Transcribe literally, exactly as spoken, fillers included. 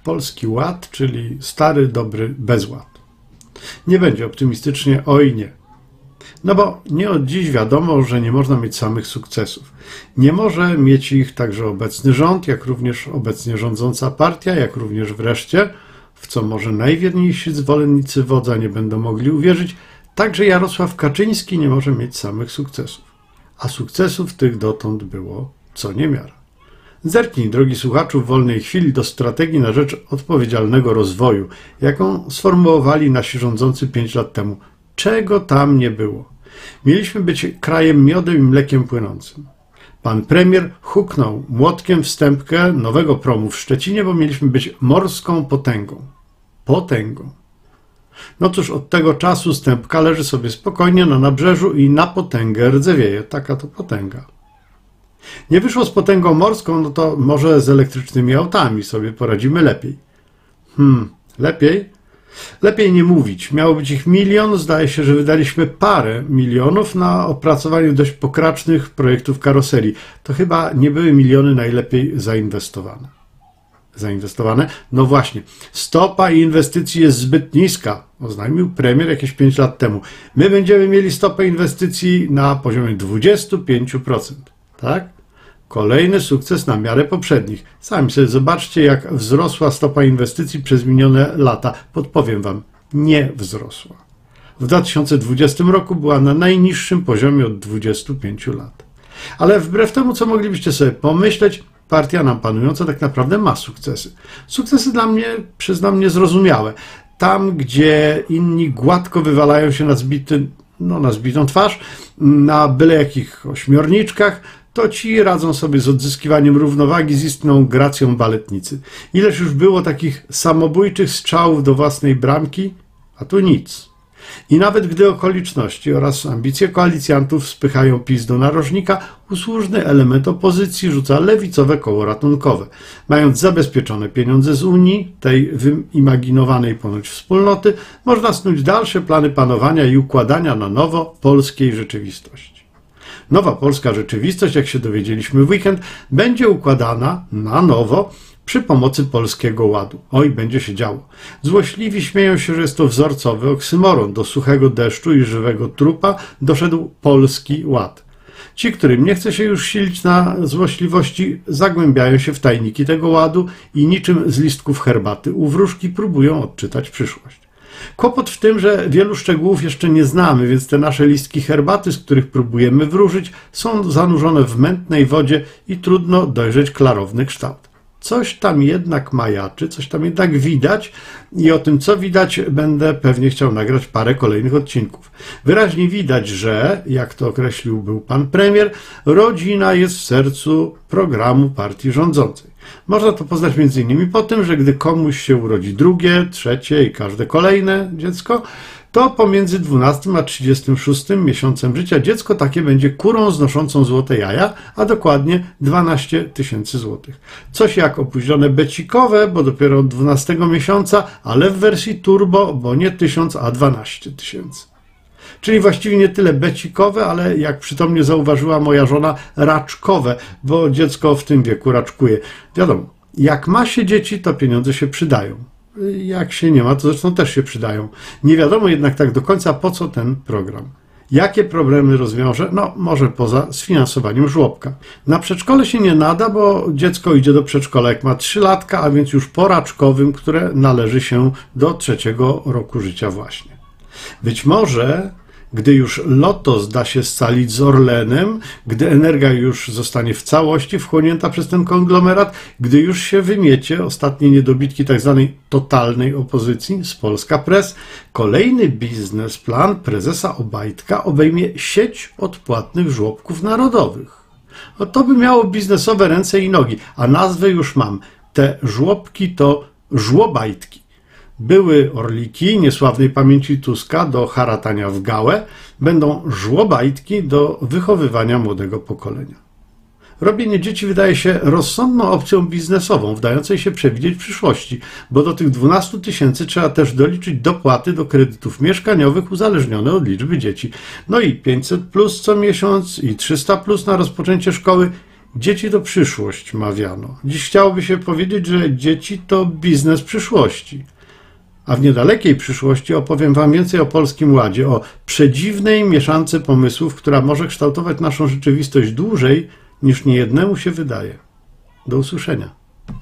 Polski Ład, czyli stary, dobry bezład. Nie będzie optymistycznie, oj nie. No bo nie od dziś wiadomo, że nie można mieć samych sukcesów. Nie może mieć ich także obecny rząd, jak również obecnie rządząca partia, jak również wreszcie, w co może najwierniejsi zwolennicy wodza nie będą mogli uwierzyć, także Jarosław Kaczyński nie może mieć samych sukcesów. A sukcesów tych dotąd było co niemiara. Zerknij, drogi słuchaczu, w wolnej chwili do strategii na rzecz odpowiedzialnego rozwoju, jaką sformułowali nasi rządzący pięć lat temu. Czego tam nie było? Mieliśmy być krajem miodem i mlekiem płynącym. Pan premier huknął młotkiem w stępkę nowego promu w Szczecinie, bo mieliśmy być morską potęgą. Potęgą. No cóż, od tego czasu stępka leży sobie spokojnie na nabrzeżu i na potęgę rdzewieje. Taka to potęga. Nie wyszło z potęgą morską, no to może z elektrycznymi autami sobie poradzimy lepiej. Hmm, lepiej? Lepiej nie mówić. Miało być ich milion, zdaje się, że wydaliśmy parę milionów na opracowanie dość pokracznych projektów karoserii. To chyba nie były miliony najlepiej zainwestowane. Zainwestowane? No właśnie. Stopa inwestycji jest zbyt niska, oznajmił premier jakieś pięć lat temu. My będziemy mieli stopę inwestycji na poziomie dwadzieścia pięć procent. Tak? Kolejny sukces na miarę poprzednich. Sami sobie zobaczcie, jak wzrosła stopa inwestycji przez minione lata. Podpowiem wam, nie wzrosła. W dwa tysiące dwudziestym roku była na najniższym poziomie od dwudziestu pięciu lat. Ale wbrew temu, co moglibyście sobie pomyśleć, partia nam panująca tak naprawdę ma sukcesy. Sukcesy dla mnie, przyznam, niezrozumiałe. Tam, gdzie inni gładko wywalają się na zbity, no, na zbitą twarz, na byle jakich ośmiorniczkach, to ci radzą sobie z odzyskiwaniem równowagi z istną gracją baletnicy. Ileż już było takich samobójczych strzałów do własnej bramki, a tu nic. I nawet gdy okoliczności oraz ambicje koalicjantów spychają PiS do narożnika, usłużny element opozycji rzuca lewicowe koło ratunkowe. Mając zabezpieczone pieniądze z Unii, tej wyimaginowanej ponoć wspólnoty, można snuć dalsze plany panowania i układania na nowo polskiej rzeczywistości. Nowa polska rzeczywistość, jak się dowiedzieliśmy w weekend, będzie układana na nowo przy pomocy Polskiego Ładu. Oj, będzie się działo. Złośliwi śmieją się, że jest to wzorcowy oksymoron. Do suchego deszczu i żywego trupa doszedł Polski Ład. Ci, którym nie chce się już silić na złośliwości, zagłębiają się w tajniki tego ładu i niczym z listków herbaty u wróżki próbują odczytać przyszłość. Kłopot w tym, że wielu szczegółów jeszcze nie znamy, więc te nasze listki herbaty, z których próbujemy wróżyć, są zanurzone w mętnej wodzie i trudno dojrzeć klarowny kształt. Coś tam jednak majaczy, coś tam jednak widać i o tym, co widać, będę pewnie chciał nagrać parę kolejnych odcinków. Wyraźnie widać, że, jak to określił był pan premier, rodzina jest w sercu programu partii rządzącej. Można to poznać między innymi po tym, że gdy komuś się urodzi drugie, trzecie i każde kolejne dziecko, to pomiędzy dwunastym a trzydziestym szóstym miesiącem życia dziecko takie będzie kurą znoszącą złote jaja, a dokładnie dwanaście tysięcy złotych. Coś jak opóźnione becikowe, bo dopiero od dwunastego miesiąca, ale w wersji turbo, bo nie tysiąc, a dwanaście tysięcy. Czyli właściwie nie tyle becikowe, ale jak przytomnie zauważyła moja żona, raczkowe, bo dziecko w tym wieku raczkuje. Wiadomo, jak ma się dzieci, to pieniądze się przydają. Jak się nie ma, to zresztą też się przydają. Nie wiadomo jednak tak do końca, po co ten program. Jakie problemy rozwiąże? No, może poza sfinansowaniem żłobka. Na przedszkole się nie nada, bo dziecko idzie do przedszkola jak ma trzy latka, a więc już po raczkowym, które należy się do trzeciego roku życia właśnie. Być może, gdy już Lotos da się scalić z Orlenem, gdy Energa już zostanie w całości wchłonięta przez ten konglomerat, gdy już się wymiecie ostatnie niedobitki tzw. totalnej opozycji z Polska Press, kolejny biznesplan prezesa Obajtka obejmie sieć odpłatnych żłobków narodowych. No to by miało biznesowe ręce i nogi, a nazwę już mam. Te żłobki to żłobajtki. Były orliki niesławnej pamięci Tuska do haratania w gałę, będą żłobajtki do wychowywania młodego pokolenia. Robienie dzieci wydaje się rozsądną opcją biznesową, wdającej się przewidzieć przyszłości, bo do tych dwunastu tysięcy trzeba też doliczyć dopłaty do kredytów mieszkaniowych uzależnione od liczby dzieci. No i pięćset plus co miesiąc i trzysta plus na rozpoczęcie szkoły Dzieci to przyszłość, mawiano. Dziś chciałoby się powiedzieć, że dzieci to biznes przyszłości. A w niedalekiej przyszłości opowiem Wam więcej o Polskim Ładzie, o przedziwnej mieszance pomysłów, która może kształtować naszą rzeczywistość dłużej, niż niejednemu się wydaje. Do usłyszenia.